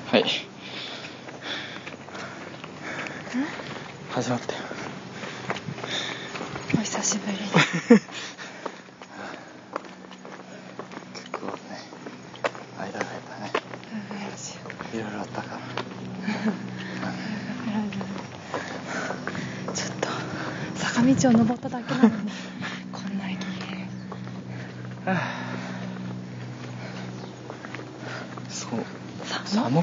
はい。始まったよ。 お久しぶり。 結構ね、間が空いたね。いろいろあったから。 ちょっと坂道を登っただけなのにこんな息。 そう寒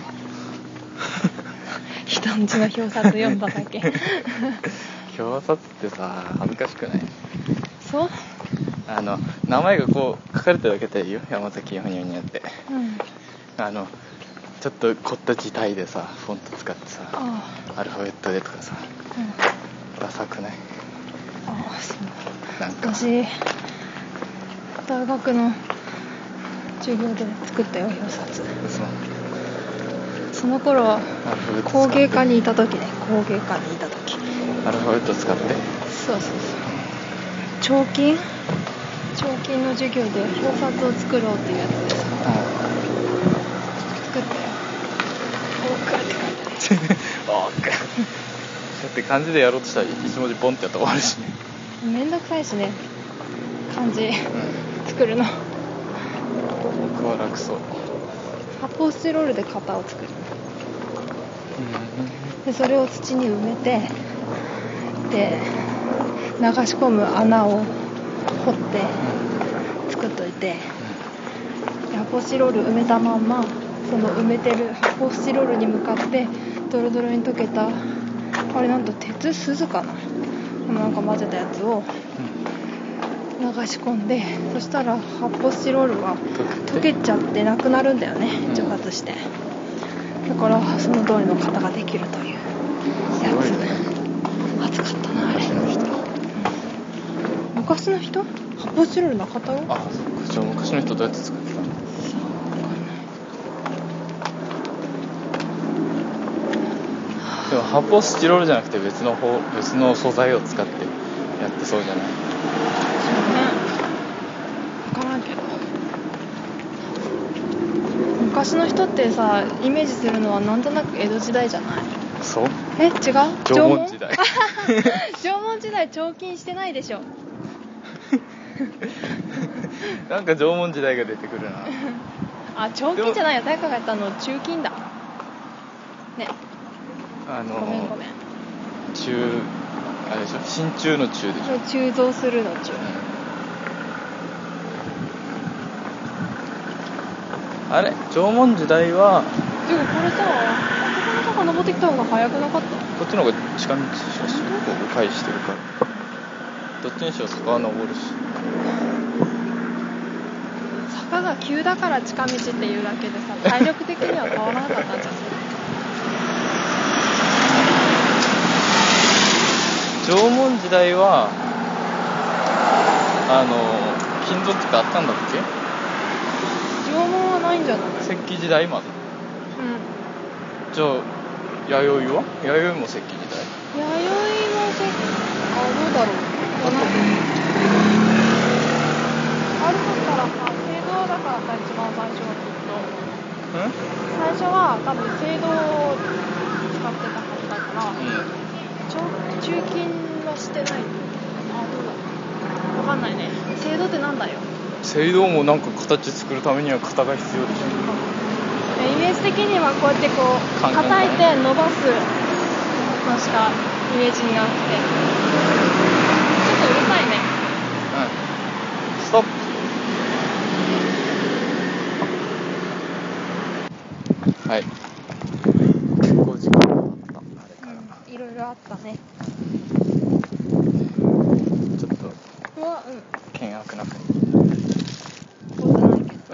人んちの表札読んだだけ。 表札ってさ、恥ずかしくない？ そう？ 名前がこう書かれてるだけでいいよ。山崎ほにゃにゃって、ちょっと凝った字体でさ、フォント使ってさ、アルファベットでとかさ、ダサくない？ そう。 なんか私大学の授業で作ったよ、表札。その頃は工芸科にいた時ね。工芸科にいた時アルファベット使って。 そう彫金の授業で表札を作ろうっていうやつでさ、作ったよ。オークって書いてある。 オークだって漢字でやろうとしたら一文字ポンってやったら終わるしね。 めんどくさいしね、漢字、作るの。 僕は楽そう。 発泡スチロールで型を作る。でそれを土に埋めて、で流し込む穴を掘って作っといて、で発泡スチロール埋めたまんま、その埋めてる発泡スチロールに向かってドロドロに溶けた、あれなんと鉄鈴かな、なんか混ぜたやつを流し込んで、そしたら発泡スチロールが溶けちゃってなくなるんだよね、蒸発して。だからその通りの型ができるというやつ。熱かったなあれ。昔の人？発泡スチロールなかったよ。 あ、そっか。じゃあ昔の人どうやって作ってたの？ さあ、分かんない。 でも発泡スチロールじゃなくて別の素材を使ってやってそうじゃない？ 分からんけど、昔の人ってさ、イメージするのはなんとなく江戸時代じゃない？ そう？ 違う？ 縄文時代。 縄文時代彫金してないでしょ。 なんか縄文時代が出てくるな。 あ、彫金じゃないよ、誰かがやったの鋳金だね。ごめん。 あれでしょ、真鍮の鍮でしょ。 鋳造するの鋳。 あれ、縄文時代はでもこれさ、あそこの坂登ってきた方が早くなかった？ こっちの方が近道しかし、ここ返してるから、どっちにしろそこは登るし。 坂が急だから近道っていうだけでさ、体力的には変わらなかったんじゃない？ 縄文時代は金属ってあったんだっけ？ 縄文はないんじゃない？ 石器時代まで。じゃあ弥生も石器時代？ 弥生もどうだろう。あるとしたらさ、青銅だからさ、一番最初はきっと。最初は多分青銅を使ってたはずだから、鋳金はしてない。どうだ。わかんないね。青銅ってなんだよ。 青銅もなんか形作るためには型が必要でしょ。 イメージ的にはこうやってこう叩いて伸ばすのしかイメージになくて、ちょっとうるさいね。 ストップ。はい。結構時間があった。あれから。 いろいろあったね。 ちょっと険悪な国。 そうじゃないけど。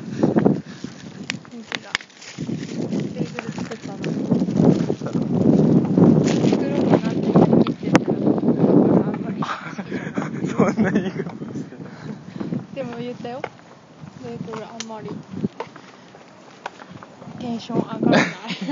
本当だ。ベーグル作ったのに。作ろうかなって言ってるけど、あんまり好きじゃない。 そんな言い方してた。 でも言ったよ。ベーグルあんまりテンション上がらない。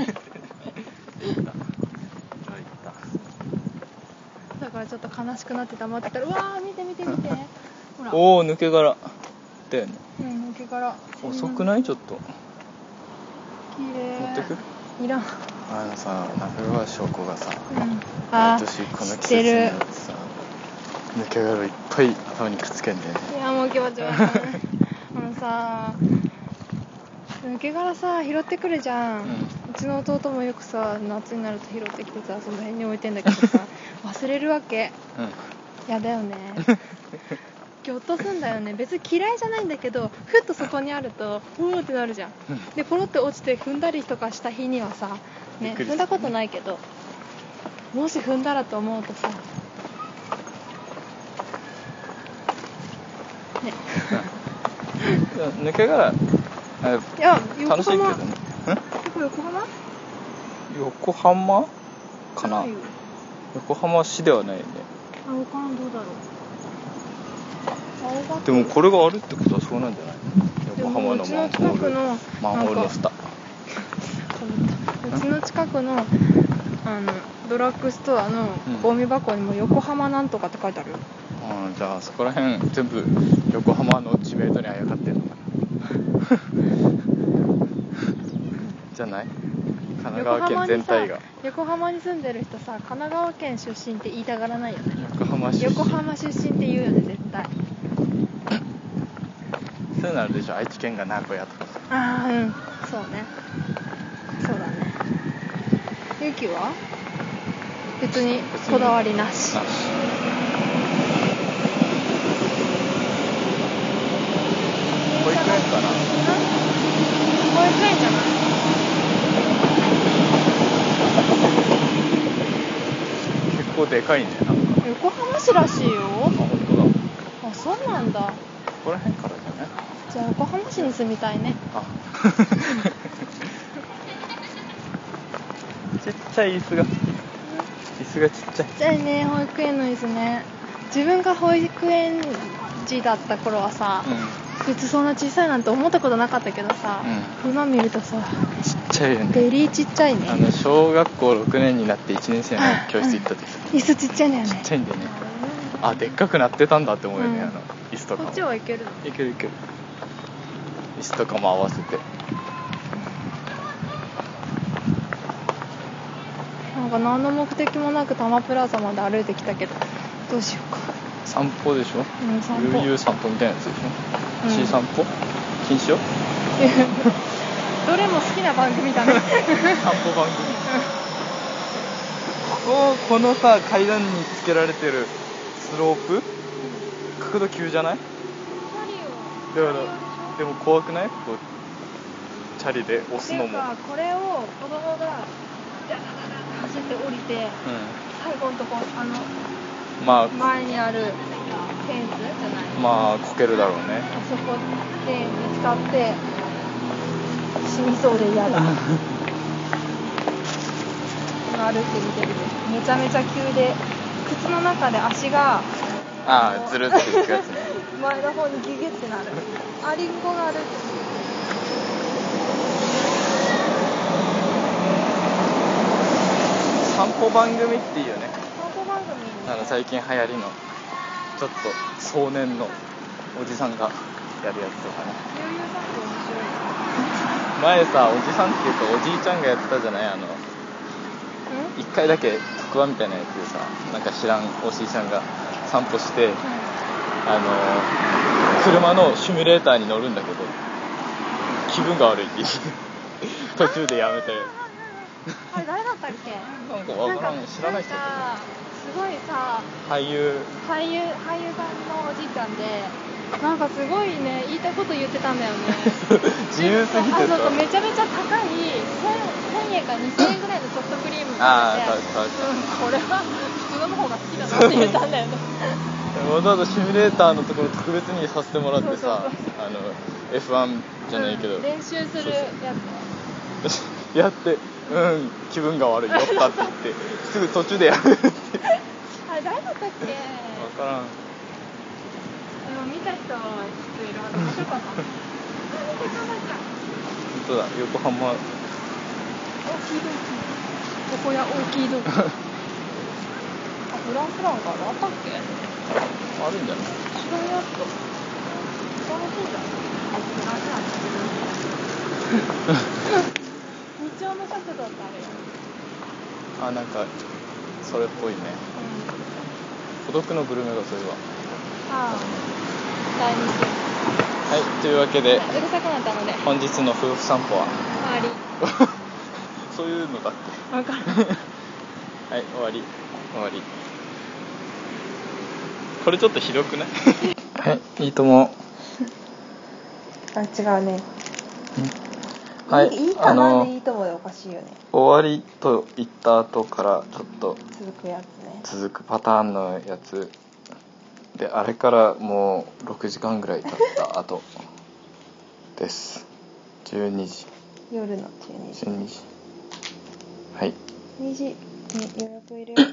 だからちょっと悲しくなって黙ってたら、うわー見てほら。 おー、抜け殻だよね。 抜け殻。 遅くない？ちょっと綺麗。 ってく？ いらん。 さ、中川翔子がさ、 毎年この季節になるとさ、抜け殻いっぱい頭にくっつけんだよね。 いやもう気持ち悪い。さ、抜け殻さ拾ってくるじゃん、うちの弟もよくさ夏になると拾ってきてさ、その辺に置いてんだけどさ忘れるわけ。やだよね。ギョッとすんだよね。別に嫌いじゃないんだけど、ふっとそこにあるとうーってなるじゃん、でポロって落ちて踏んだりとかした日にはさ、ね、踏んだことないけど、もし踏んだらと思うとさね抜け殻いや楽しいけどね。横浜かな。横浜市ではないよね。 わからん、どうだろう。 でもこれがあるってことはそうなんじゃない？横浜のマンホールの蓋。 うちの近くのドラッグストアのゴミ箱にも横浜なんとかって書いてあるよ。 じゃあそこら辺全部横浜の知名度にあやかってんのかな。じゃない？神奈川県全体が。 横浜に住んでる人さ、神奈川県出身って言いたがらないよね。 横浜出身って言うよね、絶対。 そういうのあるでしょ、愛知県が名古屋とかさ。 そうね。そうだね。ゆきは別にこだわりなし。 保育園かな。 保育園じゃない？ 結構でかいね。 横浜市らしいよ。 本当だ。 そうなんだ。 ここら辺からじゃない？ じゃあ横浜市に住みたいね。 ちっちゃい椅子がちっちゃいね、保育園の椅子ね。自分が保育園児だった頃はさ、別にそんな小さいなんて思ったことなかったけどさ、今見るとさちっちゃいよね。 ベリーちっちゃいね。 小学校6年になって1年生の教室行った時、 椅子ちっちゃいんだよね。 ちっちゃいんだよね。でっかくなってたんだって思うよね。椅子とかも。 こっちはいけるの？ いける。椅子とかも合わせて。 なんか何の目的もなく多摩プラザまで歩いてきたけど、どうしようか。 散歩でしょ？悠々散歩みたいなやつでしょ？ちい散歩？禁止よ？ どれも好きな番組だね。 散歩番組。このさ、階段につけられてるスロープ？角度急じゃない？だからでも怖くない？こうチャリで押すのも。 これを子供がダダダダ走って降りて、最後のとこ前にあるフェンスじゃない？ こけるだろうね。 あそこで見つかって死にそうで嫌だ。歩いてみてる。めちゃめちゃ急で靴の中で足がずるっていくやつね。 前の方にギュギュってなる。リンゴがある。 散歩番組っていいよね。 散歩番組。 最近流行りのちょっと壮年のおじさんがやるやつとかね。前さ、おじさんっていうかおじいちゃんがやってたじゃない？一回だけ特番みたいなやつでさ、なんか知らんおじいちゃんが散歩して、車のシミュレーターに乗るんだけど気分が悪いって途中でやめて。 あれ誰だったっけ？ なんかわからん、知らない人だった。 すごいさ、 俳優さんのおじいちゃんで、なんかすごいね、言いたいこと言ってたんだよね。 自由すぎてさ、 めちゃめちゃ高い1000円か2000円ぐらいのソフトクリームがあって、これは普通の方が好きだなって言ったんだよね。 わざわざシミュレーターのところ特別にさせてもらってさ、F1 じゃないけど、 練習するやつやって気分が悪いよったって言ってすぐ途中でやめるってあれ誰だったっけ？ 分からん。 でも見た人はきっといるはず。面白かった。 本当だ、横浜。 大きいドンキ。ここや大きいドンキ。フランスランかあったっけ？ あるんじゃない？ 知らんやつと。楽しいじゃん。フランスラン。道長の食堂ってあるよ。 あ、なんかそれっぽいね。孤独のグルメがそれは。 ああ、第2週。 はい、というわけで、 うるさくなったので本日の夫婦散歩は終わそういうのだっり。わかる。 はい、終わり。これちょっとひどくない？はい、いいとも。 あ、違うね。 はい、 いいかなでいいともでおかしいよね。 終わりと言った後からちょっと続くやつね。 続くパターンのやつで、あれからもう6時間ぐらい経った後です。12時。 夜の12時。 12時。はい。 2時に予約入れよう。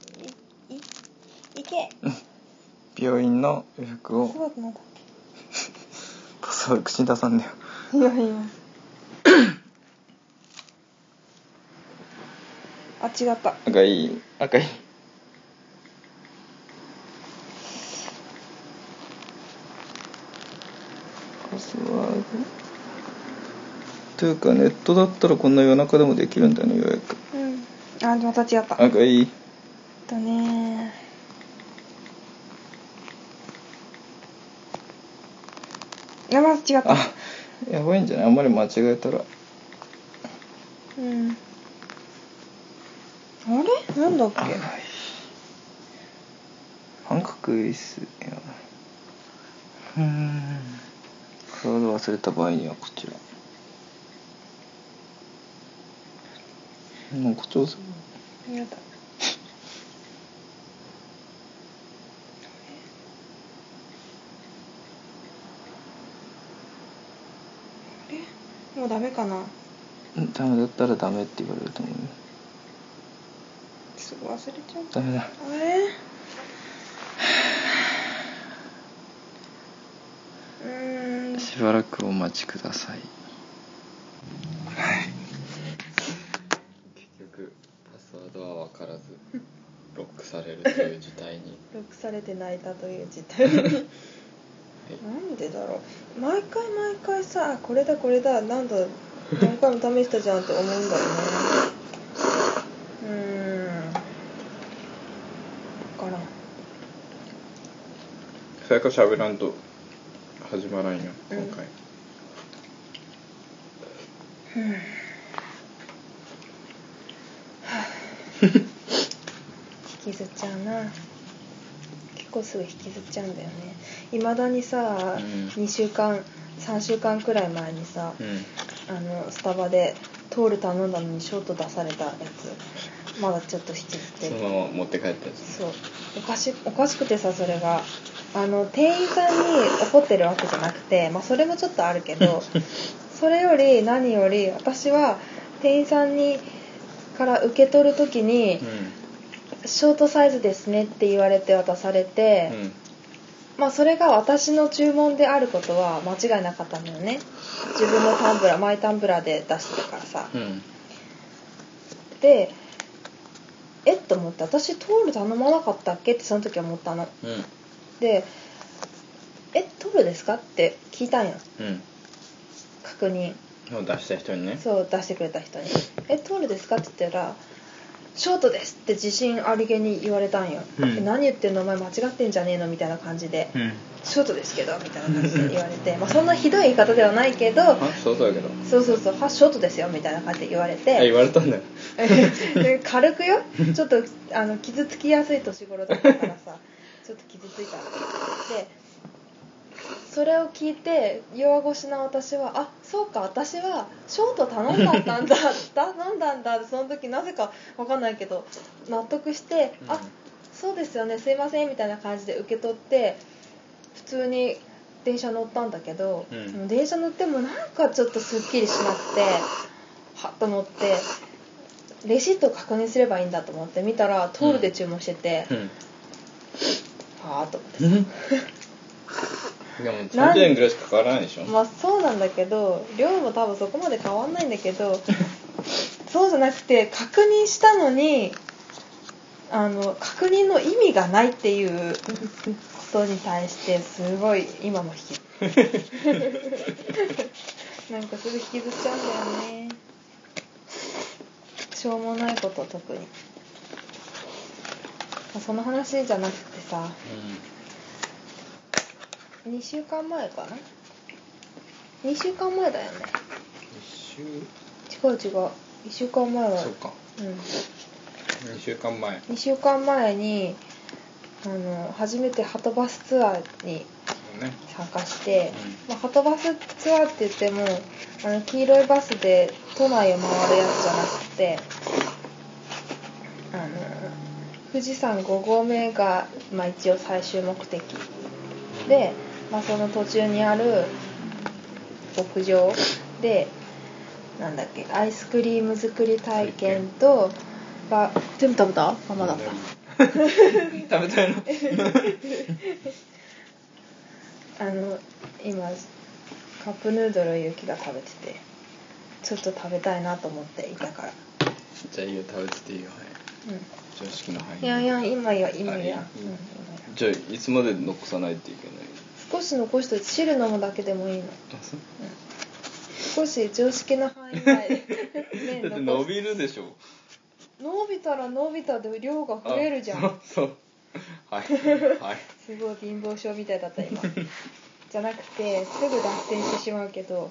いけ。 病院の予約を。 すごくなんだっそう口に出さんねよ。 いや。あ、違った。 赤い。パスワードというか、ネットだったらこんな夜中でもできるんだよね、予約。 あ、また違った。 赤い。 ねー。まず違った。 あ、やばいんじゃない？あんまり間違えたら。 あれ？なんだっけ？ 半角椅子や。カード忘れた場合にはこちら。もうこっち押す。 やだ。もうダメかな。 ダメだったらダメって言われると思う。 すぐ忘れちゃう。 ダメだ。 あれ？ しばらくお待ちください。結局パスワードは分からずロックされるという事態に。 ロックされて泣いたという事態に。なんでだろう。毎回さ、これだ何回も試したじゃんって思うんだよね。分からん。 さやかしゃべらんと始まらんよ今回。 引きずっちゃうな。結構すぐ引きずっちゃうんだよね。いまだにさ、2週間3週間くらい前にさ、スタバでトール頼んだのにショート出されたやつまだちょっと引きずってる。 そのまま持って帰ったやつ。 そう、おかしくてさ、それが店員さんに怒ってるわけじゃなくて、それもちょっとあるけどそれより何より私は店員さんにから受け取るときに、ショートサイズですねって言われて渡されて、それが私の注文であることは間違いなかったんだよね。自分のマイタンブラーで出してたからさ、でと思って、私トール頼まなかったっけってその時思ったの、でトールですかって聞いたんよ、確認を出した人にね。 そう、出してくれた人にトールですかって言ったらショートですって自信ありげに言われたんよ、何言ってんのお前間違ってんじゃねえのみたいな感じで、ショートですけどみたいな感じで言われてそんなひどい言い方ではないけど、 そうだけど、 そうショートですよみたいな感じで言われて、 言われたんだよ軽くよ、ちょっと傷つきやすい年頃だったからさちょっと傷ついたで、それを聞いて弱腰な私はそうか、私はショート頼んだんだその時なぜか分かんないけど納得して、そうですよねすいませんみたいな感じで受け取って普通に電車乗ったんだけど、電車乗ってもなんかちょっとすっきりしなくてはっと思ってレシート確認すればいいんだと思って見たらトールで注文してて、はぁと思ってさでも30円ぐらいしか変わらないでしょ。 そうなんだけど量も多分そこまで変わんないんだけどそうじゃなくて確認したのに確認の意味がないっていうことに対してすごい今もなんかすぐ引きずっちゃうんだよね。 しょうもないこと特に。その話じゃなくてさ、2週間前かな、2週間前だよね。違う1週間前は。 そうか、2週間前 2週間前に初めてはとバスツアーに参加して、はとバスツアーって言っても黄色いバスで都内を回るやつじゃなくて、富士山5合目が、一応最終目的で、その途中にある牧場でなんだっけ、アイスクリーム作り体験と全部食べた？ママだった食べたいの今カップヌードルをゆきが食べてて、ちょっと食べたいなと思っていたから。 じゃあいいよ、食べてていいよ。はい、常識の範囲。 いや今や、 じゃあいつまで残さないといけない？ 少し残して汁飲むだけでもいいの。少し常識の範囲内でだって伸びるでしょ。 伸びたら伸びたで量が増えるじゃん。 そうはいすごい貧乏症みたいだった今じゃなくて、すぐ脱線してしまうけど、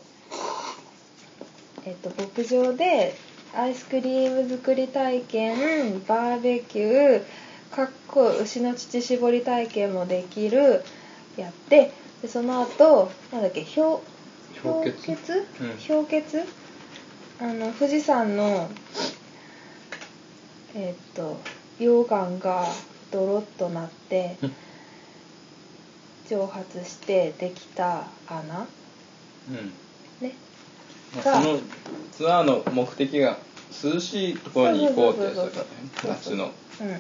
牧場でアイスクリーム作り体験、バーベキュー牛の乳搾り体験もできるやって、でその後なんだっけ、氷結、富士山の溶岩がドロッとなって蒸発してできた穴、ね、 そのツアーの目的が涼しいところに行こうってやつだからね、夏の。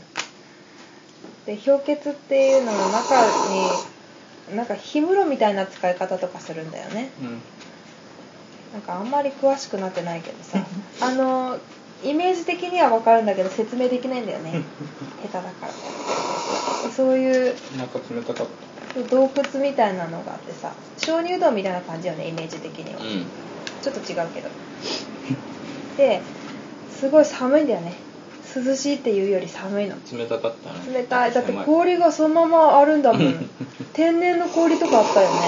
で氷結っていうのの中になんか氷室みたいな使い方とかするんだよね。なんかあんまり詳しくなってないけどさイメージ的には分かるんだけど説明できないんだよね下手だから。そういうなんか冷たかった洞窟みたいなのがあってさ、鍾乳洞みたいな感じよね、イメージ的には。ちょっと違うけどですごい寒いんだよね。涼しいっていうより寒いの。 冷たかったね。 冷たい。だって氷がそのままあるんだもん天然の氷とかあったよね。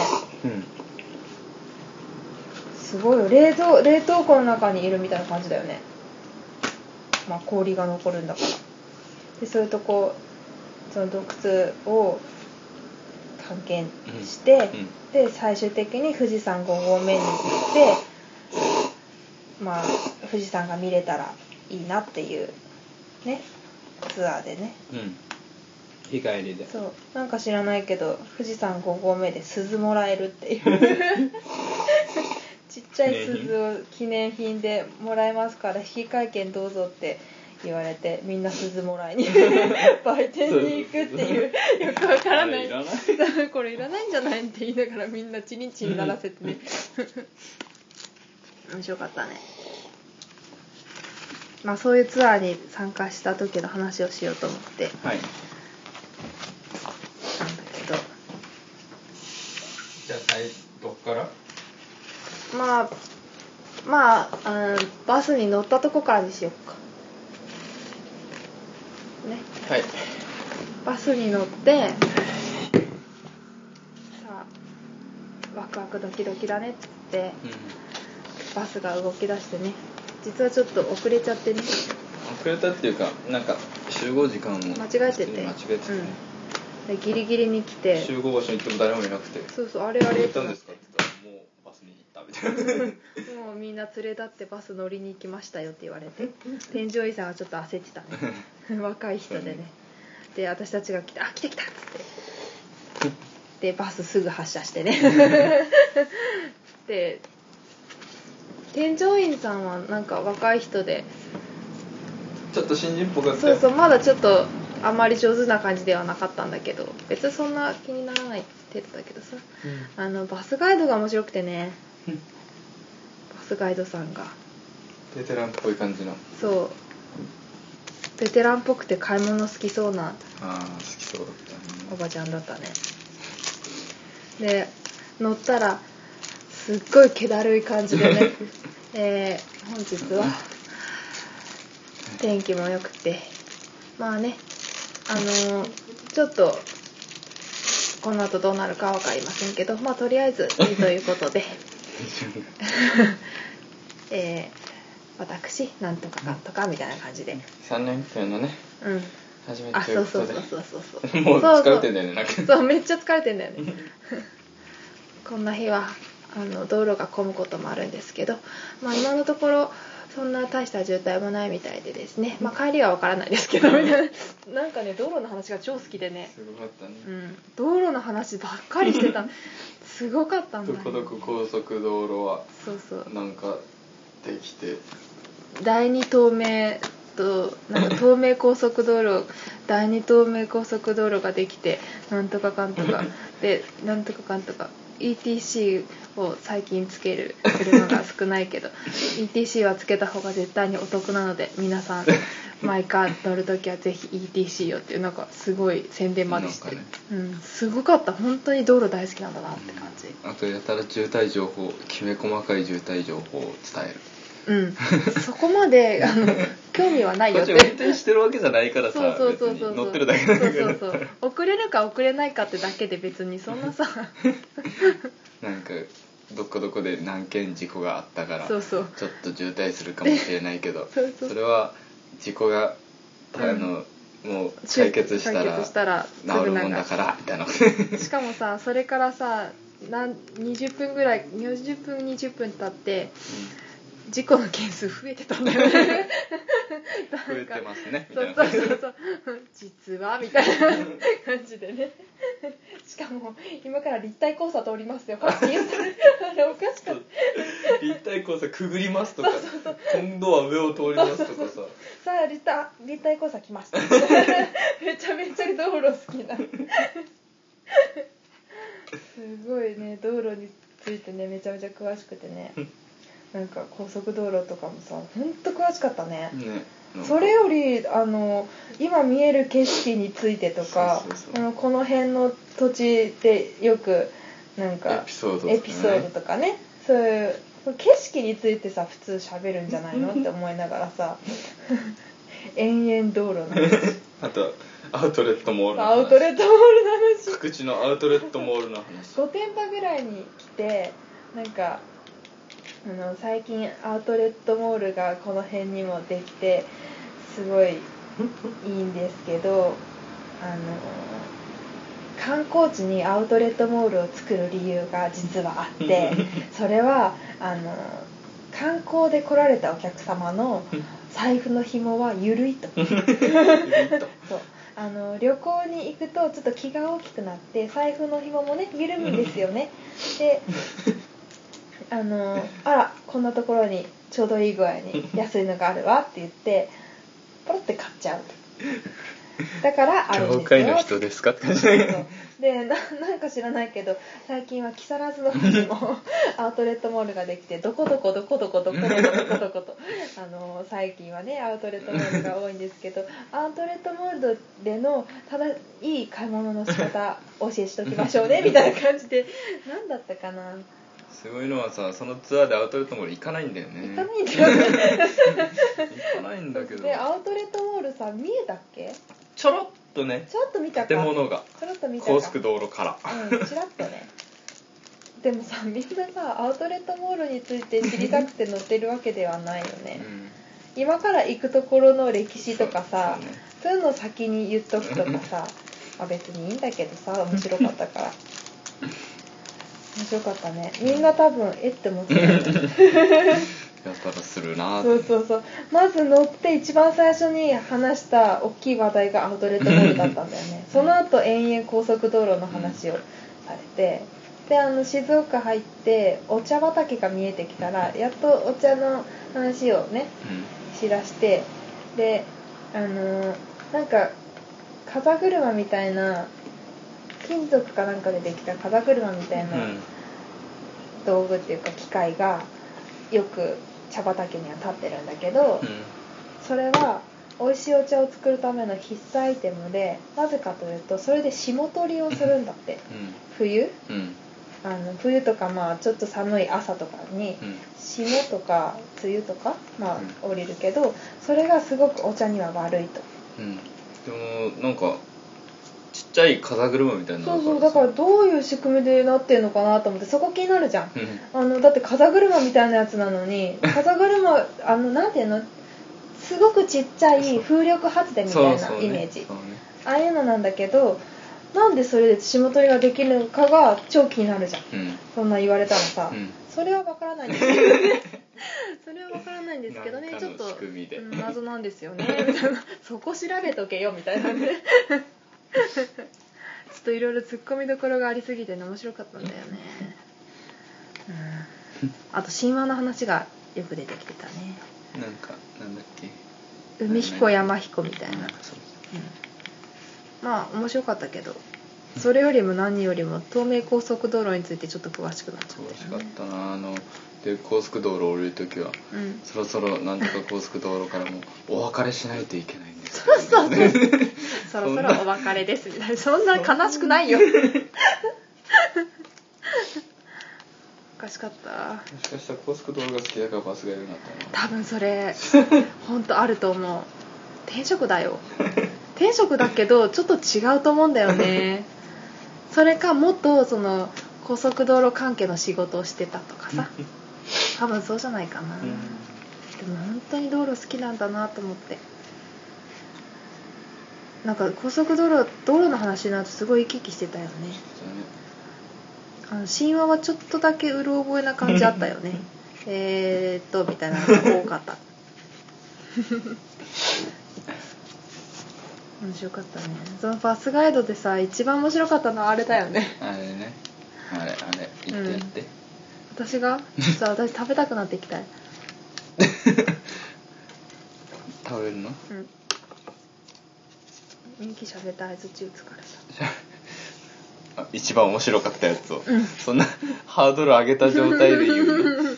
すごいよ。冷凍庫の中にいるみたいな感じだよね。氷が残るんだから。でそういうとこ、その洞窟を探検して、で最終的に富士山5合目に行って富士山が見れたらいいなっていうね、ツアーでね。 日帰りで。 そうなんか知らないけど富士山5合目で鈴もらえるっていうちっちゃい鈴を記念品でもらえますから引換券どうぞって言われて、みんな鈴もらいに売店に行くっていうよくわからないこれいらないんじゃないって言いながらみんなチリチリ鳴らせてね面白かったね。そういうツアーに参加した時の話をしようと思って、なんだけど、 じゃあどっから？ バスに乗ったとこからにしようかね。 はい。 バスに乗ってさあワクワクドキドキだねっつって、バスが動き出してね、実はちょっと遅れちゃってね。 遅れたっていうか、なんか集合時間を間違えてて、 でギリギリに来て、 集合場所に行っても誰もいなくて、 あれ行ったんですかって言ったら、もうバスに行ったみたいなもうみんな連れ立ってバス乗りに行きましたよって言われて、添乗員さんはちょっと焦ってたね若い人でね。で私たちが来て、来てきたっつってでバスすぐ発車してねで添乗員さんはなんか若い人でちょっと新人っぽかったよ。 そうまだちょっとあんまり上手な感じではなかったんだけど、別にそんな気にならない程度だけどさ、バスガイドが面白くてね、バスガイドさんがベテランっぽい感じの。 そうベテランっぽくて買い物好きそうな好きそうだったね。 おばちゃんだったね。で乗ったらすっごい気だるい感じでね本日は天気も良くて、まあね、ちょっとこの後どうなるか分かりませんけど、まあとりあえずいいということで私なんとかかんとかみたいな感じで 3年生のね、初めてということで、 そうもう疲れてんだよね、なんかそうめっちゃ疲れてんだよねこんな日は道路が混むこともあるんですけど、まあ今のところそんな大した渋滞もないみたいでですね、まあ帰りは分からないですけどみたいな、なんかね道路の話が超好きでね、 すごかったね、 道路の話ばっかりしてたすごかったんだよ、ね、 どこどこ高速道路はそうなんかできて、 第二東名となんか東名高速道路第二東名高速道路ができてなんとかかんとかでなんとかかんとか ETC を最近つける車が少ないけどETC はつけた方が絶対にお得なので皆さんマイカー乗るときはぜひ ETC をっていうなんかすごい宣伝までして、ね、すごかった。本当に道路大好きなんだなって感じ。 あとやたら渋滞情報、きめ細かい渋滞情報を伝える。 そこまで興味はないよって。 こっち運転してるわけじゃないからさ、別に乗ってるだけだから。 そう遅れるか遅れないかってだけで別にそんなさなんかどこどこで何件事故があったからちょっそうと渋滞するかもしれないけどそれは事故がもう解決したら治るもんだからみたいなしかもさそれからさ20分ぐらい20分経って、事故の件数増えてたんだよね増えてますねみたいな。そう実はみたいな感じでねしかも今から立体交差通りますよあれおかしかった立体交差くぐりますとか今度は上を通りますとかささあ立体交差来ましためちゃめちゃ道路好きなすごいね道路についてねめちゃめちゃ詳しくてねなんか高速道路とかもさほんと詳しかったね。それより今見える景色についてとかこの辺の土地でよくなんかエピソードとかねそういう景色についてさ普通喋るんじゃないのって思いながらさ延々道路の話あとアウトレットモールの話各地のアウトレットモールの話 5店舗ぐらいに来てなんか最近アウトレットモールがこの辺にもできてすごいいいんですけど観光地にアウトレットモールを作る理由が実はあってそれは観光で来られたお客様の財布の紐は緩いとそう旅行に行くとちょっと気が大きくなって財布の紐もね緩むんですよねであらこんなところにちょうどいい具合に安いのがあるわって言ってポロって買っちゃうだからあるんですよ。 業界の人ですかって感じでなんか知らないけど最近は木更津の方にもアウトレットモールができてどこと最近はねアウトレットモールが多いんですけどアウトレットモールでのただいい買い物の仕方教えしときましょうねみたいな感じで何だったかな。 すごいのはさそのツアーでアウトレットモール行かないんだよね。 行かないんだよね行かないんだけどでアウトレットモールさ見えたっけ？ ちょろっとねちょっと見たか建物がちょろっと見た高速道路からちらっとねでもさみんなさアウトレットモールについて知りたくて乗ってるわけではないよね、今から行くところの歴史とかさそういうのを先に言っとくとかさまあ別にいいんだけどさ面白かったから面白かったね。みんな多分って思ってたよねやったらするなそうまず乗って一番最初に話した大きい話題がアウトレットモールだったんだよねその後延々高速道路の話をされてで静岡入ってお茶畑が見えてきたらやっとお茶の話をね、しだしてでなんか風車みたいな金属かなんかでできた風車みたいな道具っていうか機械がよく茶畑には立ってるんだけど、それは美味しいお茶を作るための必須アイテムでなぜかというとそれで霜取りをするんだって、冬冬とかまあちょっと寒い朝とかに霜とか梅雨とかまあ降りるけど、それがすごくお茶には悪いと。 でもなんかちっちゃい風車みたいなのそうそうだからどういう仕組みでなってんのかなと思ってそこ気になるじゃん。だって風車みたいなやつなのに風車なんていうのすごくちっちゃい風力発電みたいなイメージ、ああいうのなんだけどなんでそれで霜取りができるのかが超気になるじゃん、そんな言われたらさ、それは分からないんですけどねそれは分からないんですけどねちょっと謎なんですよねみたいなそこ調べとけよみたいなねちょっといろいろ突っ込みどころがありすぎてね面白かったんだよね、あと神話の話がよく出てきてたね。 なんだっけ海彦山彦みたいな、まあ面白かったけどそれよりも何よりも東名高速道路についてちょっと詳しくなっちゃった、ね、 詳しかったなで高速道路を降りるときは、そろそろなんとか高速道路からもお別れしないといけないんですよ、ね、 そろそろお別れですみたいなそんな悲しくないよおかしかった。 もしかしたら高速道路が好きだからバスがいるなと思う。 多分それ本当あると思う。転職だよ転職だけどちょっと違うと思うんだよねそれかもっとその高速道路関係の仕事をしてたとかさ多分そうじゃないかな、でも本当に道路好きなんだなと思って。なんか高速道路の話になるとすごい生き生きしてたよね。神話はちょっとだけうる覚えな感じあったよねみたいなのが多かった面白かったね。そのバスガイドでさ一番面白かったのはあれだよね。 あれねあれ言ってやって、 私がさ私食べたくなってきたい食べるの？ ミンキ喋った合図打つからさ一番面白かったやつを、そんなハードル上げた状態で言うの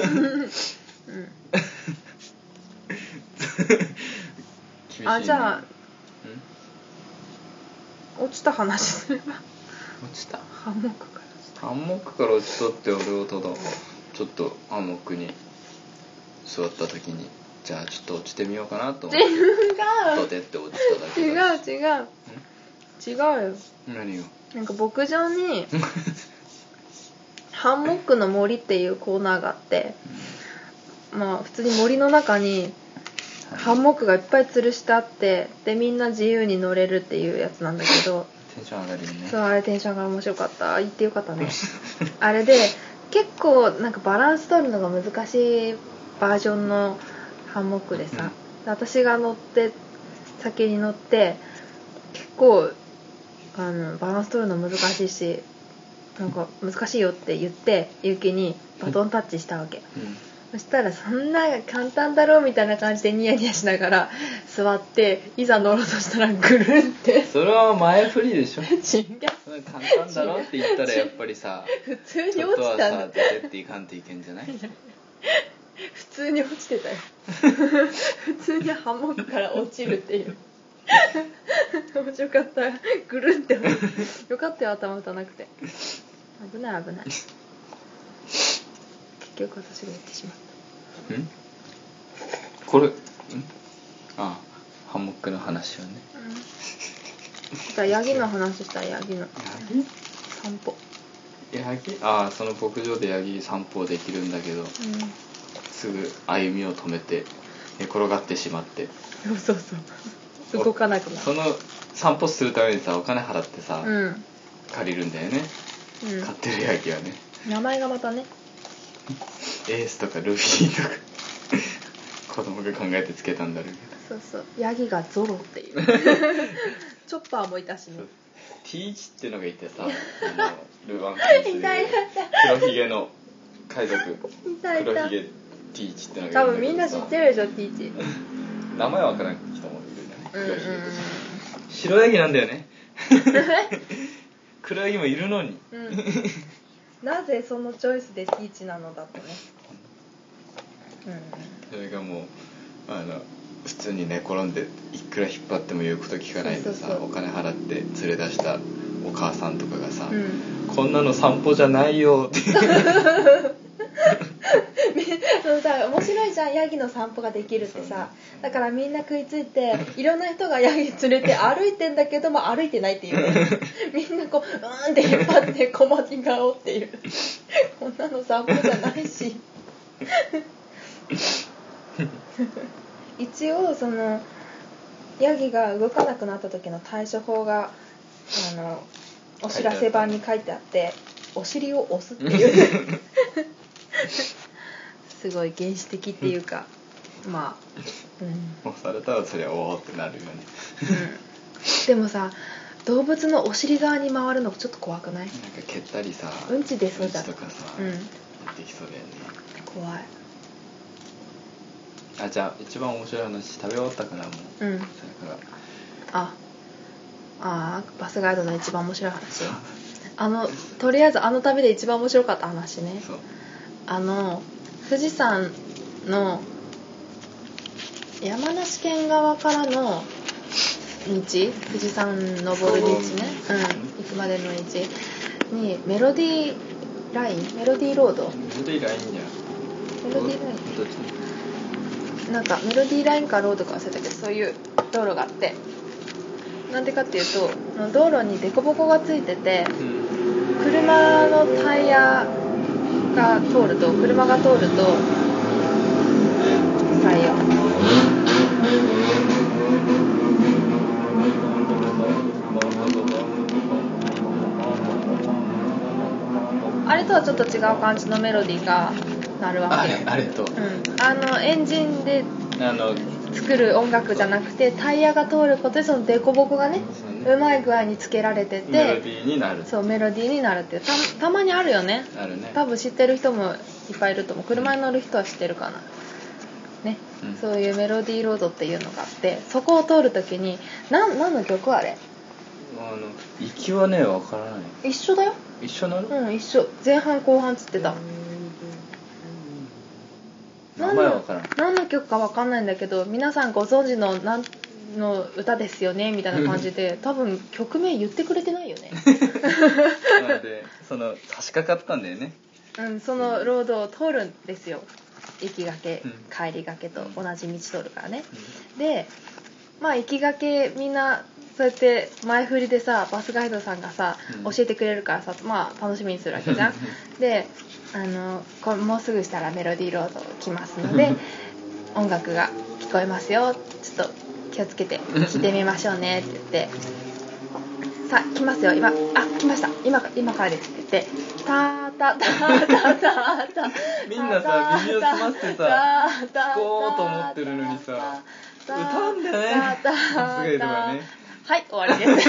じゃあ落ちた話すれば落ちたハンモックから落ちとって俺をただちょっとハンモックに座った時にじゃあちょっと落ちてみようかなと思ってドテって落ちただけだ。 違うよ。 何よ。 なんか牧場にハンモックの森っていうコーナーがあって、まあ普通に森の中にハンモックがいっぱい吊るしてあってでみんな自由に乗れるっていうやつなんだけどテンション上がるよね。 そうあれテンションが面白かった。言ってよかったねあれで結構なんかバランス取るのが難しいバージョンのハンモックでさ、私が先に乗って結構バランス取るの難しいしなんか難しいよって言ってゆきにバトンタッチしたわけ、そしたらそんな簡単だろうみたいな感じでニヤニヤしながら座っていざ乗ろうとしたらぐるんってそれは前振りでしょ違う簡単だろって言ったらやっぱりさ普通に落ちたんだ。 ちょっとはさ出てっていかんといけんじゃない普通に落ちてたよ普通にハンモックから落ちるっていう面白かった。ぐるんってよかったよ頭打たなくて。危ない結局私が言ってしまった。 これハンモックの話をね、 じゃあヤギの話したらヤギの散歩その牧場でヤギ散歩できるんだけど、すぐ歩みを止めて寝転がってしまってそう動かなくなる。 その散歩するためにさお金払ってさ、借りるんだよね、飼ってるヤギはね。 名前がまたねエースとかルフィとか子供が考えてつけたんだろうけど。そうヤギがゾロっていうチョッパーもいたしね。 ティーチってのがいてさルヴァンクイズで黒ひげの海賊黒ひげティーチってのがいるんだけどさ、 多分みんな知ってるでしょティーチ。 名前わからない人もいるんだね。黒ひげ白ヤギなんだよね黒ヤギもいるのに、 なぜそのチョイスでティーチなのだとね。 それがもう普通に寝転んでいくら引っ張っても言うこと聞かないでさ、お金払って連れ出したお母さんとかがさ、 うん、 こんなの散歩じゃないよってそのさ面白いじゃん、ヤギの散歩ができるってさ。だからみんな食いついて、いろんな人がヤギ連れて歩いてんだけども歩いてないっていう、ね、みんなこうーんって引っ張って小牧顔っていう、こんなの散歩じゃないし一応そのヤギが動かなくなった時の対処法がお知らせ板に書いてあって、お尻を押すっていうすごい原始的っていうか、まあ、 押されたらそりゃおーってなるよね、 でもさ、動物のお尻側に回るのちょっと怖くない？ なんか蹴ったりさ、 うんち出そうじゃん。 うんちとかさ、できそうだよね。 怖い。 あ、じゃあ一番面白い話食べ終わったからもう、それからバスガイドの一番面白い話とりあえず旅で一番面白かった話ね。 そう、 富士山の山梨県側からの道、富士山登る道ね、行くまでの道にメロディーロード、メロディーラインじゃん、メロディーラインなんかメロディーラインかロードか忘れたけど、そういう道路があって、なんでかっていうと道路に凸凹がついてて、車のタイヤが通ると採用あれとはちょっと違う感じのメロディーが鳴るわけよ。 あれと、 エンジンで作る音楽じゃなくて、タイヤが通ることでその凸凹がね、うまい具合につけられてて、 メロディーになる。 そう、メロディーになるっていう、たまにあるよね。 あるね。多分知ってる人もいっぱいいると思う。車に乗る人は知ってるかな、ね、そういうメロディーロードっていうのがあって、そこを通るときに何の曲あれ？ 行きはね、わからない。 一緒だよ。 一緒なの？ 一緒。前半後半つってた。 名前わからん。 何の曲かわかんないんだけど、皆さんご存知の何の歌ですよねみたいな感じで多分曲名言ってくれてないよねなので差し掛かったんだよね。 そのロードを通るんですよ。行きがけ、帰りがけと同じ道通るからね、で行きがけみんなそうやって前振りでさ、バスガイドさんがさ、教えてくれるからさ、楽しみにするわけじゃんでこれもうすぐしたらメロディーロード来ますので音楽が聞こえますよ、ちょっと気をつけて聞いてみましょうねって言ってさあ来ますよ、来ました、今からですって言って、タータタタタタみんなさ耳を澄ませてさ聞こうと思ってるのにさ歌うんだよね、バスガイドがね。 はい、終わりです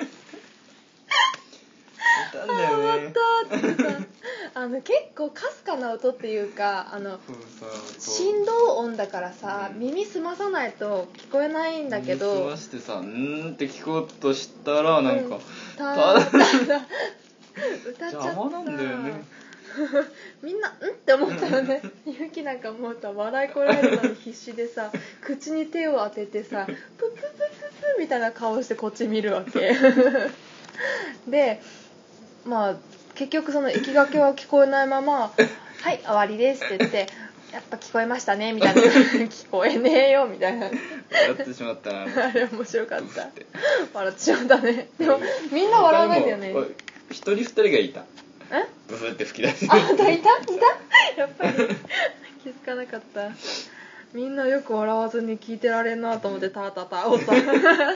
歌うんだよね結構かすかな音っていうか振動音だからさ、耳澄まさないと聞こえないんだけど、 耳澄ましてさ、って聞こうとしたらなんか、 歌っちゃった邪魔なんだよねみんなって思ったよねゆきなんかもう笑いこらえるのに必死でさ口に手を当ててさプップップップップみたいな顔してこっち見るわけで結局その行きがけは聞こえないままはい終わりですって言ってやっぱ聞こえましたねみたいな聞こえねえよみたいな笑ってしまったなあれ面白かった、笑ってしまったね。でもみんな笑わないんだよね。 一人二人がいた。ブフって吹き出して。 いたやっぱり気づかなかった。みんなよく笑わずに聞いてられんなと思って、タータタをさ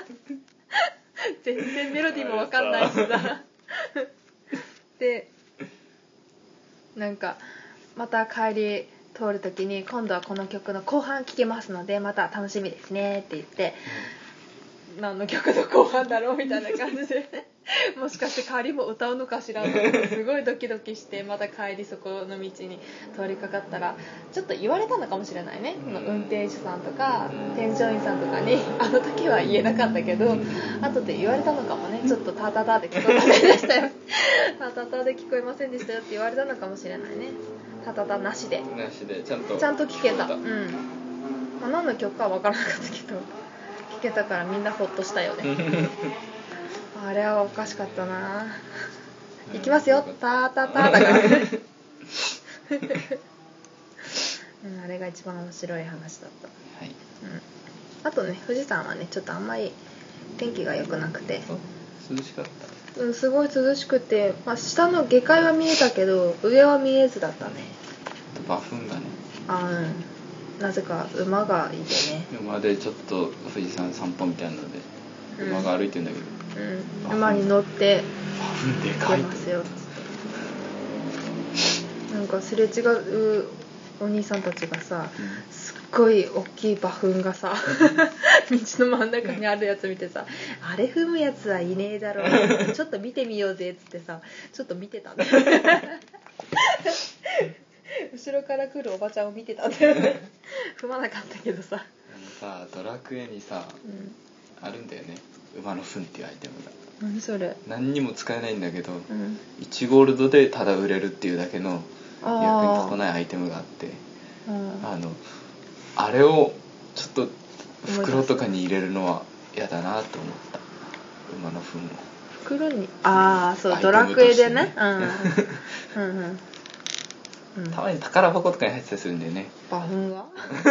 全然メロディーも分かんないしさでなんかまた帰り通るときに、今度はこの曲の後半聴けますのでまた楽しみですねって言って、何の曲の後半だろうみたいな感じでもしかして帰りも歌うのかしらと思ってすごいドキドキして、また帰りそこの道に通りかかったらちょっと言われたのかもしれないね、運転手さんとか添乗員さんとかにあの時は言えなかったけど後で言われたのかもね、ちょっとタタタで聞こえませんでしたよタタタで聞こえませんでしたよって言われたのかもしれないね。タタタなしでちゃんと聞けた。何の曲かは分からなかったけど聞けたからみんなほっとしたよねあれはおかしかったな。行きますよ、タータターだからあれが一番面白い話だった。 はい。 あとね、富士山はね、ちょっとあんまり天気が良くなくて、 涼しかった。 すごい涼しくて、下の下界は見えたけど上は見えずだったね。 馬糞がね。 なぜか馬がいてね。 馬でちょっと富士山散歩みたいなので、馬が歩いてんだけど、 馬に乗って馬糞でかい出ますよっつって、なんかすれ違うお兄さんたちがさ、すっごい大きい馬糞がさ道の真ん中にあるやつ見てさ、あれ踏むやつはいねえだろうちょっと見てみようぜっつってさ、ちょっと見てたんだよ後ろから来るおばちゃんを見てたんだよね踏まなかったけどさ、 ドラクエにさ、あるんだよね、馬の糞っていうアイテムが。 何それ。 何にも使えないんだけど、1ゴールドでただ売れるっていうだけの役に立たないアイテムがあって、あれをちょっと袋とかに入れるのは嫌だなと思った。馬の糞を袋に、そうドラクエでね、 たまに宝箱とかに入ってたりするんだよね、 馬糞が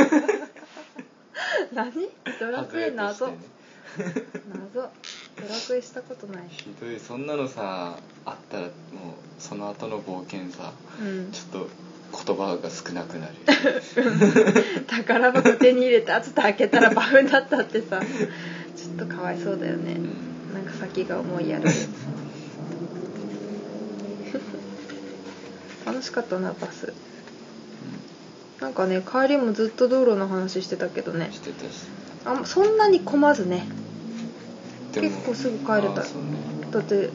何？ドラクエ謎、ドラクエしたことない。 ひどい、そんなのさあったらもうその後の冒険さ、ちょっと言葉が少なくなる宝箱手に入れて後で開けたら馬糞だったってさ、ちょっとかわいそうだよね、なんか先が思いやる楽しかったなバス、なんかね帰りもずっと道路の話してたけどね、 してたし、 そんなに混まずね、結構すぐ帰れた、 そうね、 だって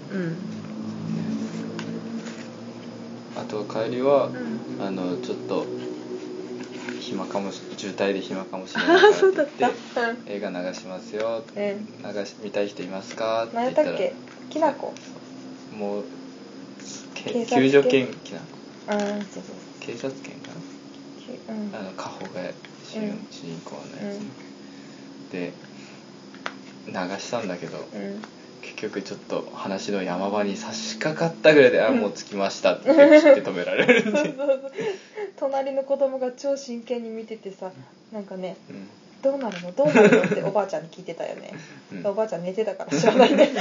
あとは帰りは、ちょっと暇かも渋滞で暇かもしれないからって言って映画流しますよ、見たい人いますかって言ったら、 何だっけ、きなこ、 もう救助犬きなこ、警察犬かな、カホが主人公のやつ、で流したんだけど、結局ちょっと話の山場に差し掛かったぐらいで、もう着きましたって言って止められるんで隣の子供が超真剣に見ててさ、なんかね、どうなるのっておばあちゃんに聞いてたよね、おばあちゃん寝てたから知らないね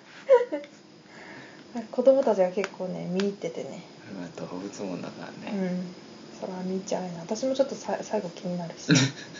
子供たちが結構ね見入っててね、 動物もんだからね、 そら見ちゃうな、私もちょっと最後気になるし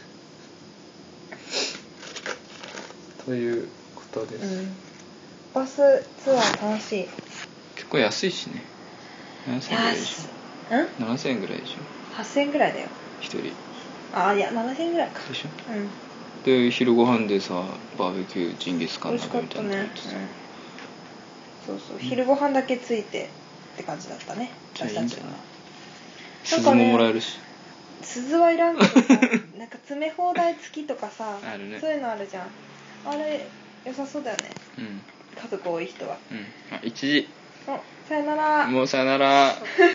ということです、 バスツアー楽しい、 結構安いしね、7000円ぐらいでしょ、7000円ぐらいでしょ、 8000円ぐらいだよ 1人、 いや7000円ぐらいかでしょ、で昼ご飯でさバーベキュージンギスカン美味しかったね、そう昼ご飯だけついてって感じだったね、 じゃあいいんじゃない、 鈴ももらえるし、 鈴はいらんけどさなんか詰め放題付きとかさ、 あるね、 そういうのあるじゃん、あれ良さそうだよね、家族多い人は、 1時、 さよなら、 もうさよなら